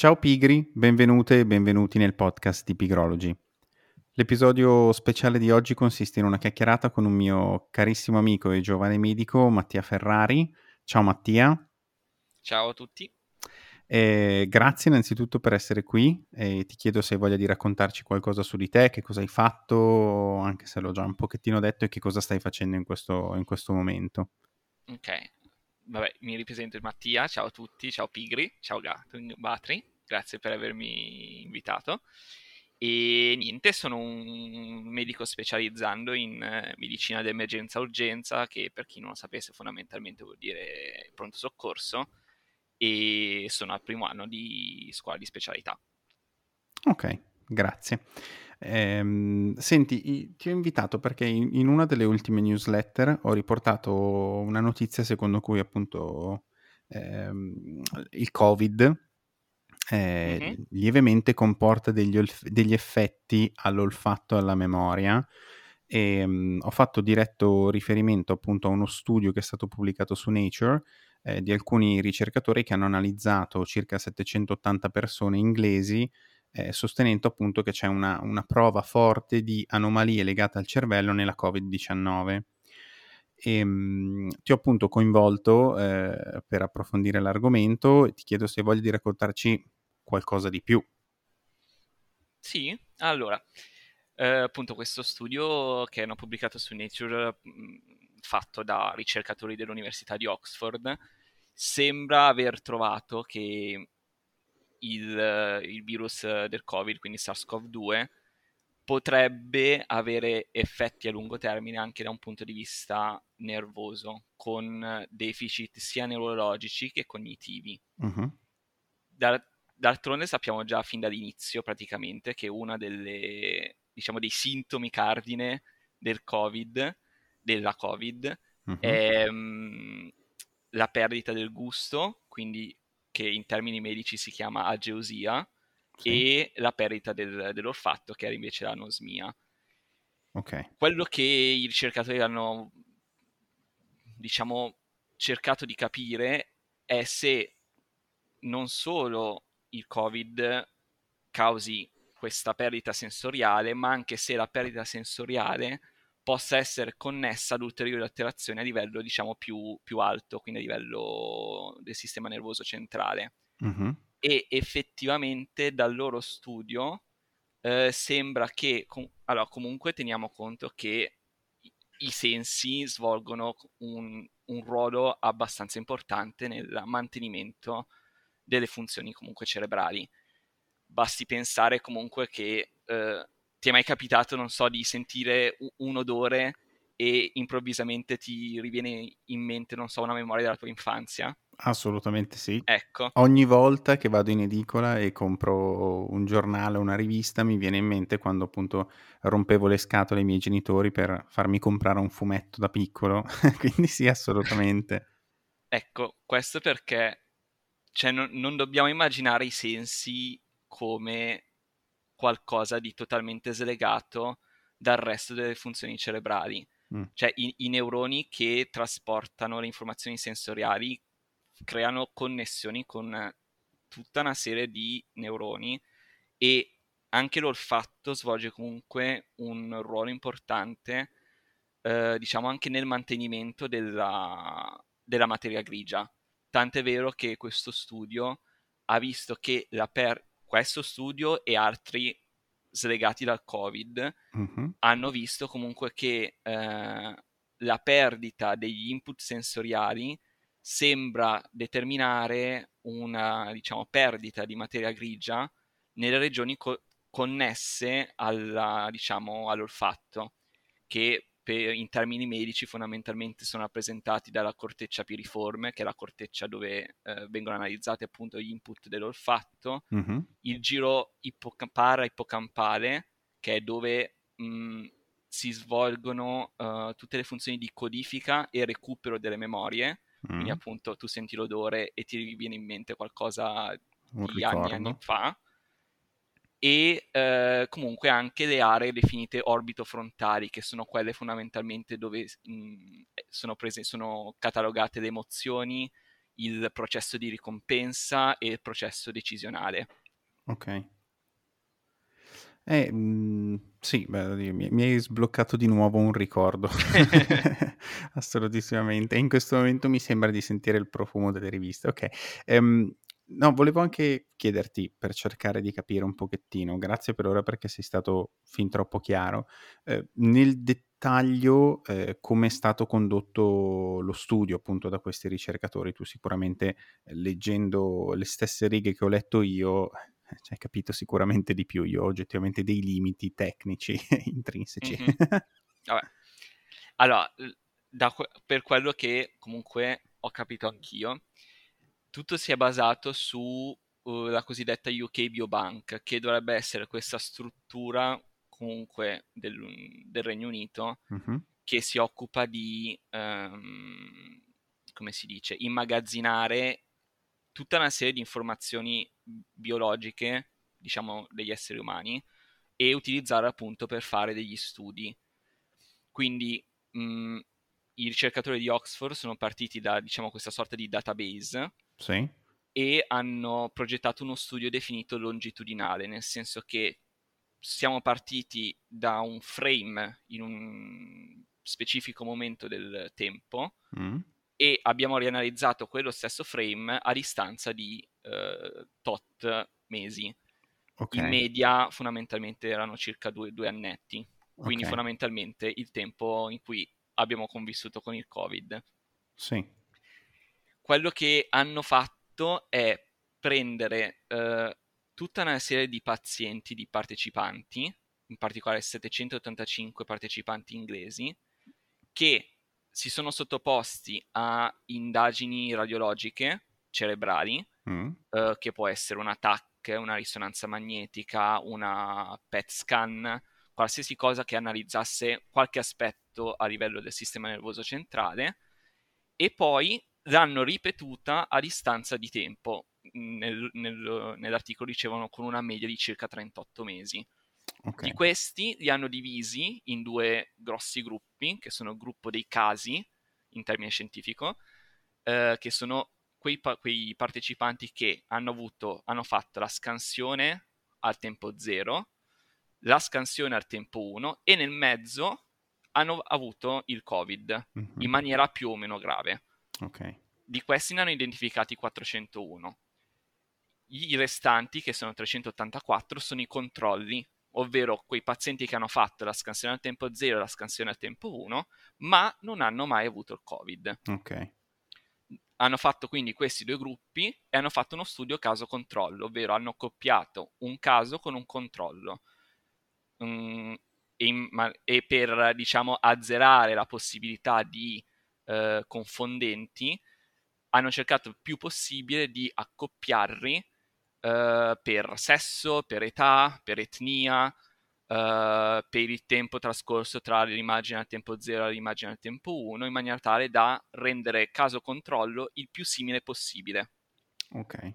Ciao pigri, benvenute e benvenuti nel podcast di Pigrology. L'episodio speciale di oggi consiste in una chiacchierata con un mio carissimo amico e giovane medico, Mattia Ferrari. Ciao Mattia. Ciao a tutti. Grazie innanzitutto per essere qui e ti chiedo se hai voglia di raccontarci qualcosa su di te, che cosa hai fatto, anche se l'ho già un pochettino detto, e che cosa stai facendo in questo momento. Ok, vabbè, mi ripresento Mattia, ciao a tutti, ciao Pigri, ciao Batri, grazie per avermi invitato. E niente, sono un medico specializzando in medicina d'emergenza urgenza, che per chi non lo sapesse fondamentalmente vuol dire pronto soccorso, e sono al primo anno di scuola di specialità. Ok, grazie. Senti, ti ho invitato perché in una delle ultime newsletter ho riportato una notizia secondo cui appunto il Covid Mhm. lievemente comporta degli effetti all'olfatto e alla memoria. Ho fatto diretto riferimento appunto a uno studio che è stato pubblicato su Nature di alcuni ricercatori che hanno analizzato circa 780 persone inglesi, sostenendo appunto che c'è una prova forte di anomalie legate al cervello nella Covid-19. Ti ho appunto coinvolto per approfondire l'argomento e ti chiedo se hai voglia di raccontarci qualcosa di più. Sì, allora, appunto questo studio che hanno pubblicato su Nature, fatto da ricercatori dell'Università di Oxford, sembra aver trovato che il virus del Covid, quindi SARS-CoV-2, potrebbe avere effetti a lungo termine anche da un punto di vista nervoso, con deficit sia neurologici che cognitivi. Mh-mh. D'altronde sappiamo già fin dall'inizio praticamente che una diciamo, dei sintomi cardine del Covid, della Covid, Mh-mh. è la perdita del gusto, quindi che in termini medici si chiama ageusia, Sì. e la perdita dell'olfatto, che era invece l'anosmia. Okay. Quello che i ricercatori hanno, diciamo, cercato di capire è se non solo il Covid causi questa perdita sensoriale, ma anche se la perdita sensoriale possa essere connessa ad ulteriori alterazioni a livello, diciamo, più alto, quindi a livello del sistema nervoso centrale. Mh-mh. E effettivamente dal loro studio sembra che, allora, comunque teniamo conto che i sensi svolgono un ruolo abbastanza importante nel mantenimento delle funzioni comunque cerebrali. Basti pensare comunque che ti è mai capitato, non so, di sentire un odore e improvvisamente ti riviene in mente, non so, una memoria della tua infanzia? Assolutamente sì. Ecco. Ogni volta che vado in edicola e compro un giornale o una rivista, mi viene in mente quando appunto rompevo le scatole ai miei genitori per farmi comprare un fumetto da piccolo. Quindi sì, assolutamente. Ecco, questo perché cioè, non dobbiamo immaginare i sensi come qualcosa di totalmente slegato dal resto delle funzioni cerebrali. Mh. Cioè, i neuroni che trasportano le informazioni sensoriali creano connessioni con tutta una serie di neuroni e anche l'olfatto svolge comunque un ruolo importante, diciamo anche nel mantenimento della materia grigia. Tant'è vero che questo studio ha visto che questo studio e altri slegati dal Covid Mh-mh. hanno visto comunque che la perdita degli input sensoriali sembra determinare una, diciamo, perdita di materia grigia nelle regioni connesse diciamo, all'olfatto, che in termini medici fondamentalmente sono rappresentati dalla corteccia piriforme, che è la corteccia dove vengono analizzati appunto gli input dell'olfatto, Mh-mh. il giro para-ippocampale, che è dove si svolgono tutte le funzioni di codifica e recupero delle memorie, quindi Mh. appunto tu senti l'odore e ti viene in mente qualcosa Un di anni e anni ricordo. fa, e comunque anche le aree definite orbitofrontali, che sono quelle fondamentalmente dove sono catalogate le emozioni, il processo di ricompensa e il processo decisionale. Ok. Sì, beh, mi hai sbloccato di nuovo un ricordo. Assolutissimamente. E in questo momento mi sembra di sentire il profumo delle riviste. Ok. No, volevo anche chiederti, per cercare di capire un pochettino, grazie per ora perché sei stato fin troppo chiaro, nel dettaglio, come è stato condotto lo studio appunto da questi ricercatori. Tu sicuramente, leggendo le stesse righe che ho letto io, cioè, hai capito sicuramente di più. Io ho oggettivamente dei limiti tecnici intrinseci. Mhm. Vabbè. Allora, per quello che comunque ho capito anch'io, tutto si è basato su la cosiddetta UK Biobank, che dovrebbe essere questa struttura comunque del Regno Unito Mh-mh. che si occupa di, come si dice, immagazzinare tutta una serie di informazioni biologiche, diciamo, degli esseri umani e utilizzarle appunto per fare degli studi. Quindi i ricercatori di Oxford sono partiti da, diciamo, questa sorta di database Sì. e hanno progettato uno studio definito longitudinale, nel senso che siamo partiti da un frame in un specifico momento del tempo Mh. e abbiamo rianalizzato quello stesso frame a distanza di tot mesi. In Okay, media fondamentalmente erano circa due annetti, quindi okay. fondamentalmente il tempo in cui abbiamo convissuto con il Covid. Sì. Quello che hanno fatto è prendere tutta una serie di pazienti, di partecipanti, in particolare 785 partecipanti inglesi, che si sono sottoposti a indagini radiologiche cerebrali, Mh. che può essere una TAC, una risonanza magnetica, una PET scan, qualsiasi cosa che analizzasse qualche aspetto a livello del sistema nervoso centrale, e poi l'hanno ripetuta a distanza di tempo. Nell'articolo dicevano con una media di circa 38 mesi. Di Okay. questi li hanno divisi in due grossi gruppi, che sono il gruppo dei casi, in termine scientifico, che sono quei partecipanti che hanno fatto la scansione al tempo 0, la scansione al tempo 1 e nel mezzo hanno avuto il Covid Mh-mh. in maniera più o meno grave. Okay. Di questi ne hanno identificati 401. I restanti, che sono 384, sono i controlli, ovvero quei pazienti che hanno fatto la scansione al tempo 0 e la scansione al tempo 1, ma non hanno mai avuto il Covid. Okay. Hanno fatto quindi questi due gruppi e hanno fatto uno studio caso-controllo, ovvero hanno accoppiato un caso con un controllo. Mm, e per, diciamo, azzerare la possibilità di confondenti, hanno cercato il più possibile di accoppiarli per sesso, per età, per etnia, per il tempo trascorso tra l'immagine al tempo 0 e l'immagine al tempo 1, in maniera tale da rendere caso controllo il più simile possibile. Okay.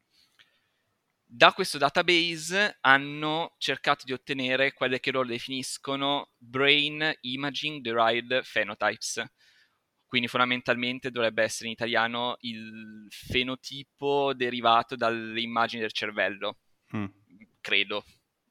Da questo database hanno cercato di ottenere quelle che loro definiscono Brain Imaging Derived Phenotypes. Quindi fondamentalmente dovrebbe essere in italiano il fenotipo derivato dalle immagini del cervello, Mh. credo.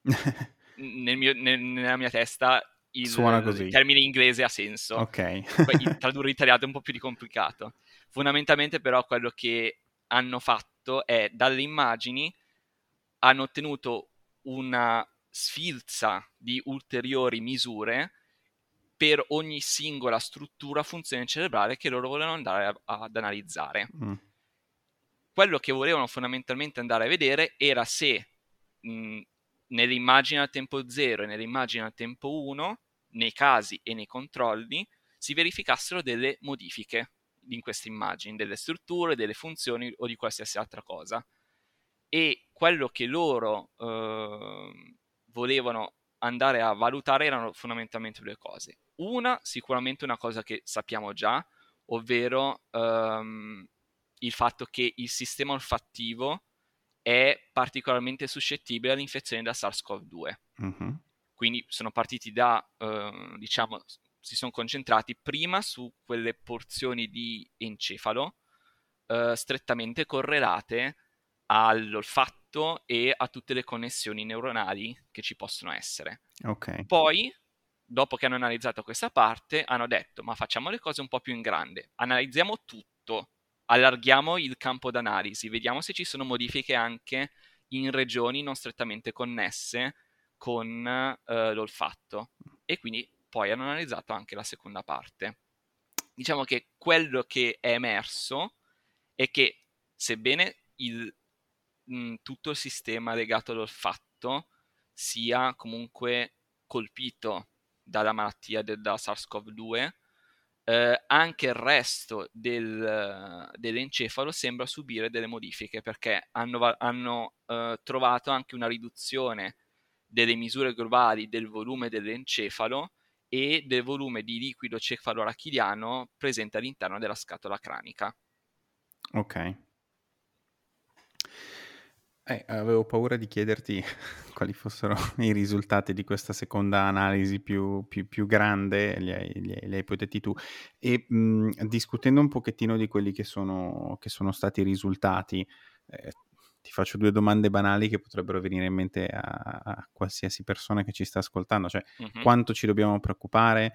Nella mia testa Suona il così. termine inglese ha senso. Okay. Tradurre in italiano è un po' più complicato. Fondamentalmente però quello che hanno fatto è dalle immagini hanno ottenuto una sfilza di ulteriori misure per ogni singola struttura, funzione cerebrale che loro volevano andare ad analizzare. Mh. Quello che volevano fondamentalmente andare a vedere era se nelle immagini al tempo 0 e nelle immagini al tempo 1, nei casi e nei controlli, si verificassero delle modifiche in queste immagini, delle strutture, delle funzioni o di qualsiasi altra cosa. E quello che loro volevano andare a valutare erano fondamentalmente due cose. Una, sicuramente una cosa che sappiamo già, ovvero il fatto che il sistema olfattivo è particolarmente suscettibile all'infezione da SARS-CoV-2. Mh-mh. Quindi sono partiti da, diciamo, si sono concentrati prima su quelle porzioni di encefalo strettamente correlate all'olfatto e a tutte le connessioni neuronali che ci possono essere. Ok. Poi, dopo che hanno analizzato questa parte, hanno detto, ma facciamo le cose un po' più in grande, analizziamo tutto, allarghiamo il campo d'analisi, vediamo se ci sono modifiche anche in regioni non strettamente connesse con l'olfatto. E quindi poi hanno analizzato anche la seconda parte. Diciamo che quello che è emerso è che, sebbene tutto il sistema legato all'olfatto sia comunque colpito dalla malattia da SARS-CoV-2, anche il resto dell'encefalo sembra subire delle modifiche, perché hanno trovato anche una riduzione delle misure globali del volume dell'encefalo e del volume di liquido cefalorachidiano presente all'interno della scatola cranica. Ok. Avevo paura di chiederti quali fossero i risultati di questa seconda analisi più grande, li hai poi detti tu. E discutendo un pochettino di quelli che sono stati i risultati, ti faccio due domande banali che potrebbero venire in mente a qualsiasi persona che ci sta ascoltando. Cioè, quanto ci dobbiamo preoccupare?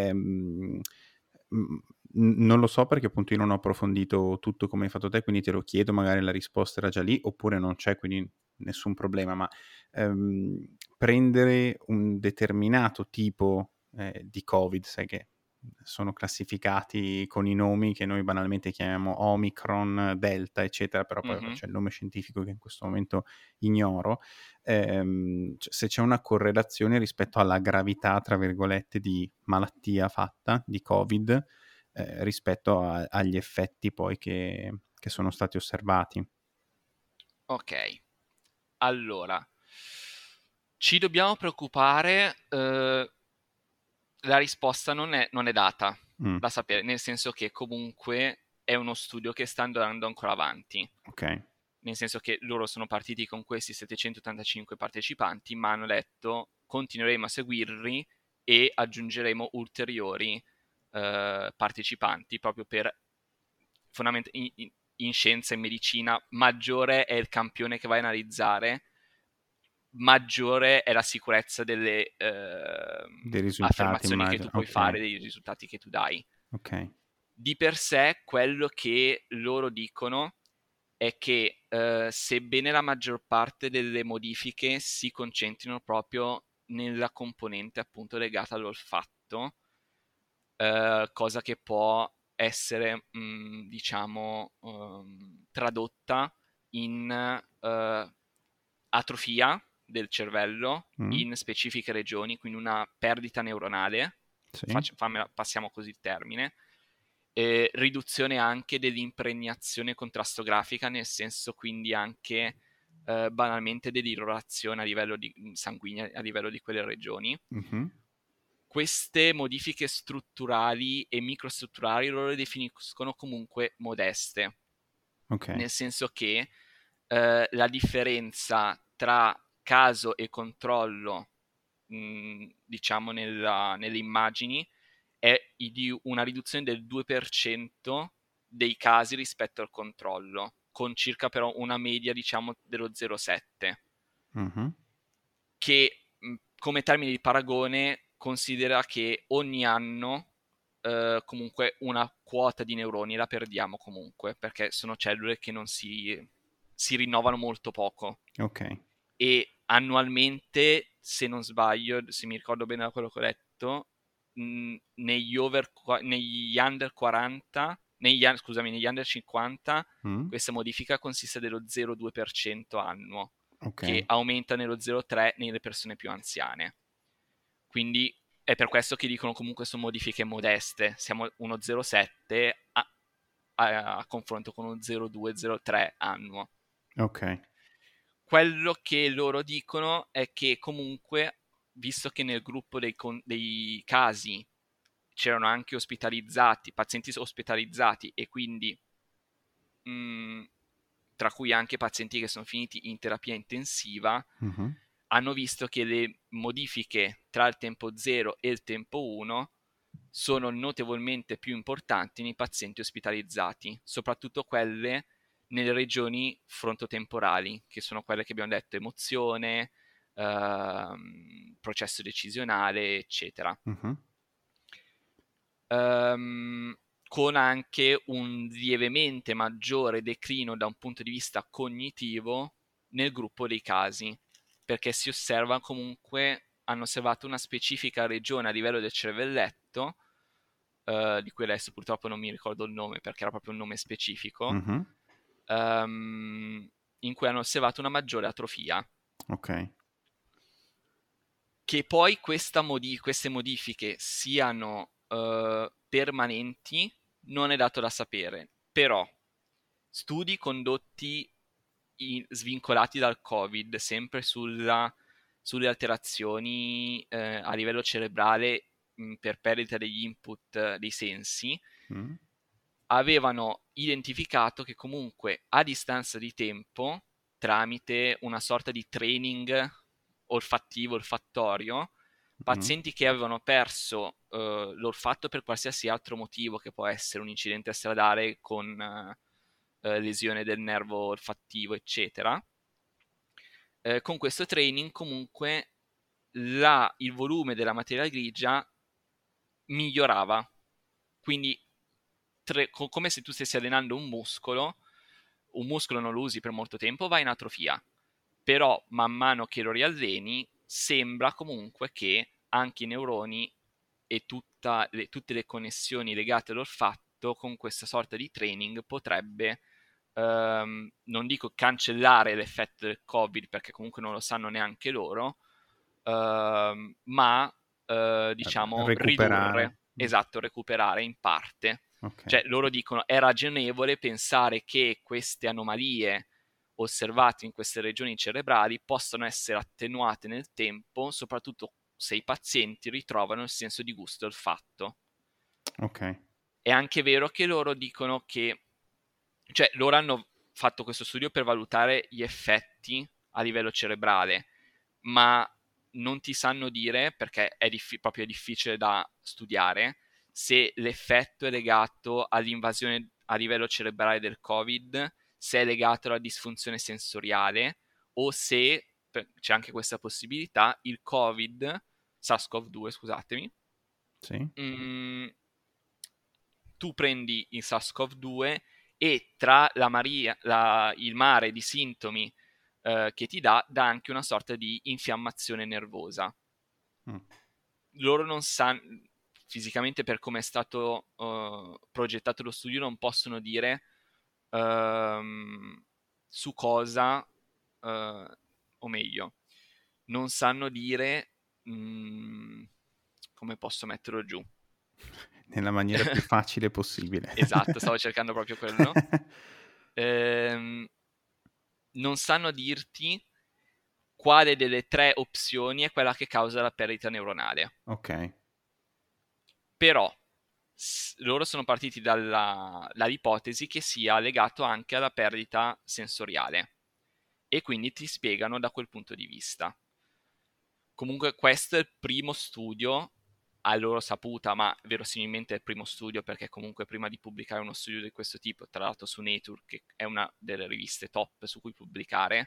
Non lo so, perché appunto io non ho approfondito tutto come hai fatto te, quindi te lo chiedo, magari la risposta era già lì, oppure non c'è, quindi nessun problema, ma prendere un determinato tipo di Covid, sai che sono classificati con i nomi che noi banalmente chiamiamo Omicron, Delta, eccetera, però poi c'è il nome scientifico che in questo momento ignoro. Se c'è una correlazione rispetto alla gravità, tra virgolette, di malattia fatta, di Covid, rispetto agli effetti poi che sono stati osservati. Ok, allora, ci dobbiamo preoccupare, la risposta non è data da sapere, nel senso che comunque è uno studio che sta andando ancora avanti. Ok. Nel senso che loro sono partiti con questi 785 partecipanti, ma hanno detto continueremo a seguirli e aggiungeremo ulteriori partecipanti proprio per in scienza e in medicina maggiore è il campione che vai a analizzare, maggiore è la sicurezza delle Dei risultati, affermazioni che immagino. tu puoi Ok. fare, dei risultati che tu dai. Ok. Di per sé, quello che loro dicono è che sebbene la maggior parte delle modifiche si concentrino proprio nella componente appunto legata all'olfatto, cosa che può essere, diciamo, tradotta in atrofia del cervello in specifiche regioni, quindi una perdita neuronale, Sì. passiamo così il termine, riduzione anche dell'impregnazione contrastografica, nel senso quindi anche banalmente dell'irrorazione a livello sanguigna a livello di quelle regioni. Queste modifiche strutturali e microstrutturali loro le definiscono comunque modeste, nel senso che la differenza tra caso e controllo, diciamo nelle immagini, è di una riduzione del 2% dei casi rispetto al controllo, con circa però una media, diciamo, dello 0,7, che come termine di paragone considera che ogni anno comunque una quota di neuroni la perdiamo comunque, perché sono cellule che non si rinnovano molto poco. Ok. E annualmente, se non sbaglio, se mi ricordo bene da quello che ho letto, negli under 40, negli under 50, questa modifica consiste dello 0,2% annuo, che Ok. aumenta nello 0,3% nelle persone più anziane. Quindi è per questo che dicono comunque sono modifiche modeste. Siamo uno 0,7 a confronto con uno 0,2-0,3 annuo. Ok. Quello che loro dicono è che comunque, visto che nel gruppo dei casi c'erano anche pazienti ospitalizzati e quindi tra cui anche pazienti che sono finiti in terapia intensiva, hanno visto che le modifiche tra il tempo 0 e il tempo 1 sono notevolmente più importanti nei pazienti ospitalizzati, soprattutto quelle nelle regioni frontotemporali, che sono quelle che abbiamo detto, emozione, processo decisionale, eccetera. Mhm. Con anche un lievemente maggiore declino da un punto di vista cognitivo nel gruppo dei casi, perché si osserva comunque, hanno osservato una specifica regione a livello del cervelletto, di cui adesso purtroppo non mi ricordo il nome perché era proprio un nome specifico, Mhm. in cui hanno osservato una maggiore atrofia. Ok. Che poi queste modifiche siano permanenti non è dato da sapere, però studi condotti svincolati dal Covid, sempre sulle alterazioni a livello cerebrale per perdita degli input dei sensi, Mm. avevano identificato che comunque a distanza di tempo, tramite una sorta di training olfattivo, olfattorio, Mm. pazienti che avevano perso l'olfatto per qualsiasi altro motivo, che può essere un incidente stradale con lesione del nervo olfattivo, eccetera, con questo training comunque il volume della materia grigia migliorava. Quindi come se tu stessi allenando un muscolo non lo usi per molto tempo, va in atrofia. Però man mano che lo rialleni, sembra comunque che anche i neuroni e tutte le connessioni legate all'olfatto con questa sorta di training potrebbe, non dico cancellare l'effetto del Covid, perché comunque non lo sanno neanche loro, ma diciamo ridurre, Recuperare. esatto, recuperare in parte. Ok. Cioè loro dicono è ragionevole pensare che queste anomalie osservate in queste regioni cerebrali possano essere attenuate nel tempo, soprattutto se i pazienti ritrovano il senso di gusto e olfatto. Ok. È anche vero che loro dicono che, cioè loro hanno fatto questo studio per valutare gli effetti a livello cerebrale, ma non ti sanno dire, perché è proprio difficile da studiare, se l'effetto è legato all'invasione a livello cerebrale del Covid, se è legato alla disfunzione sensoriale o se, c'è anche questa possibilità, il Covid, SARS-CoV-2, scusatemi, Sì. mm, tu prendi il SARS-CoV-2 e tra il mare di sintomi che ti dà anche una sorta di infiammazione nervosa. Mm. Loro non sanno, fisicamente per come è stato progettato lo studio, non possono dire su cosa, o meglio, non sanno dire come posso metterlo giù. Nella maniera più facile possibile. Esatto, stavo cercando proprio quello. Non sanno dirti quale delle tre opzioni è quella che causa la perdita neuronale. Ok. Però loro sono partiti dall'ipotesi che sia legato anche alla perdita sensoriale e quindi ti spiegano da quel punto di vista. Comunque questo è il primo studio a loro saputa, ma verosimilmente è il primo studio perché comunque prima di pubblicare uno studio di questo tipo, tra l'altro su Nature, che è una delle riviste top su cui pubblicare,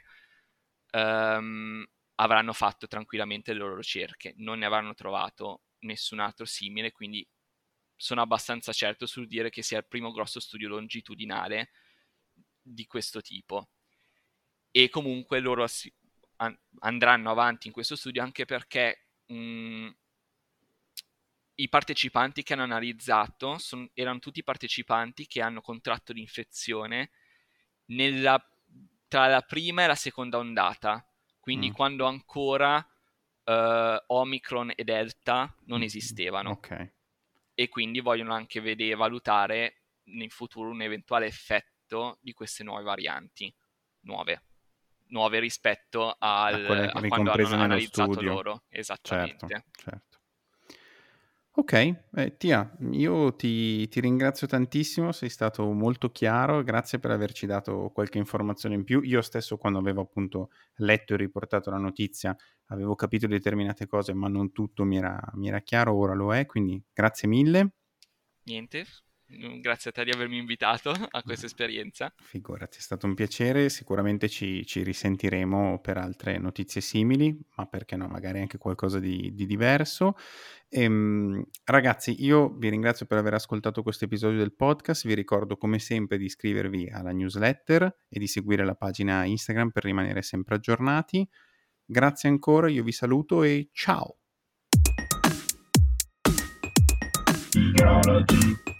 avranno fatto tranquillamente le loro ricerche, non ne avranno trovato nessun altro simile, quindi sono abbastanza certo sul dire che sia il primo grosso studio longitudinale di questo tipo. E comunque loro andranno avanti in questo studio anche perché i partecipanti che hanno analizzato erano tutti partecipanti che hanno contratto l'infezione tra la prima e la seconda ondata, quindi Mm. quando ancora Omicron e Delta non esistevano, Ok. e quindi vogliono anche valutare in futuro un eventuale effetto di queste nuove varianti, nuove rispetto A quelle a quando hanno ricomprese nello analizzato studio. loro, Certo, esattamente. certo. Ok, Tia, io ti ringrazio tantissimo, sei stato molto chiaro, grazie per averci dato qualche informazione in più. Io stesso, quando avevo appunto letto e riportato la notizia, avevo capito determinate cose, ma non tutto mi era chiaro, ora lo è, quindi grazie mille. Niente, grazie a te di avermi invitato a Ma questa esperienza. figurati, è stato un piacere, sicuramente ci risentiremo per altre notizie simili, ma perché no, magari anche qualcosa di diverso. Ragazzi, io vi ringrazio per aver ascoltato questo episodio del podcast, vi ricordo come sempre di iscrivervi alla newsletter e di seguire la pagina Instagram per rimanere sempre aggiornati. Grazie ancora, io vi saluto e ciao!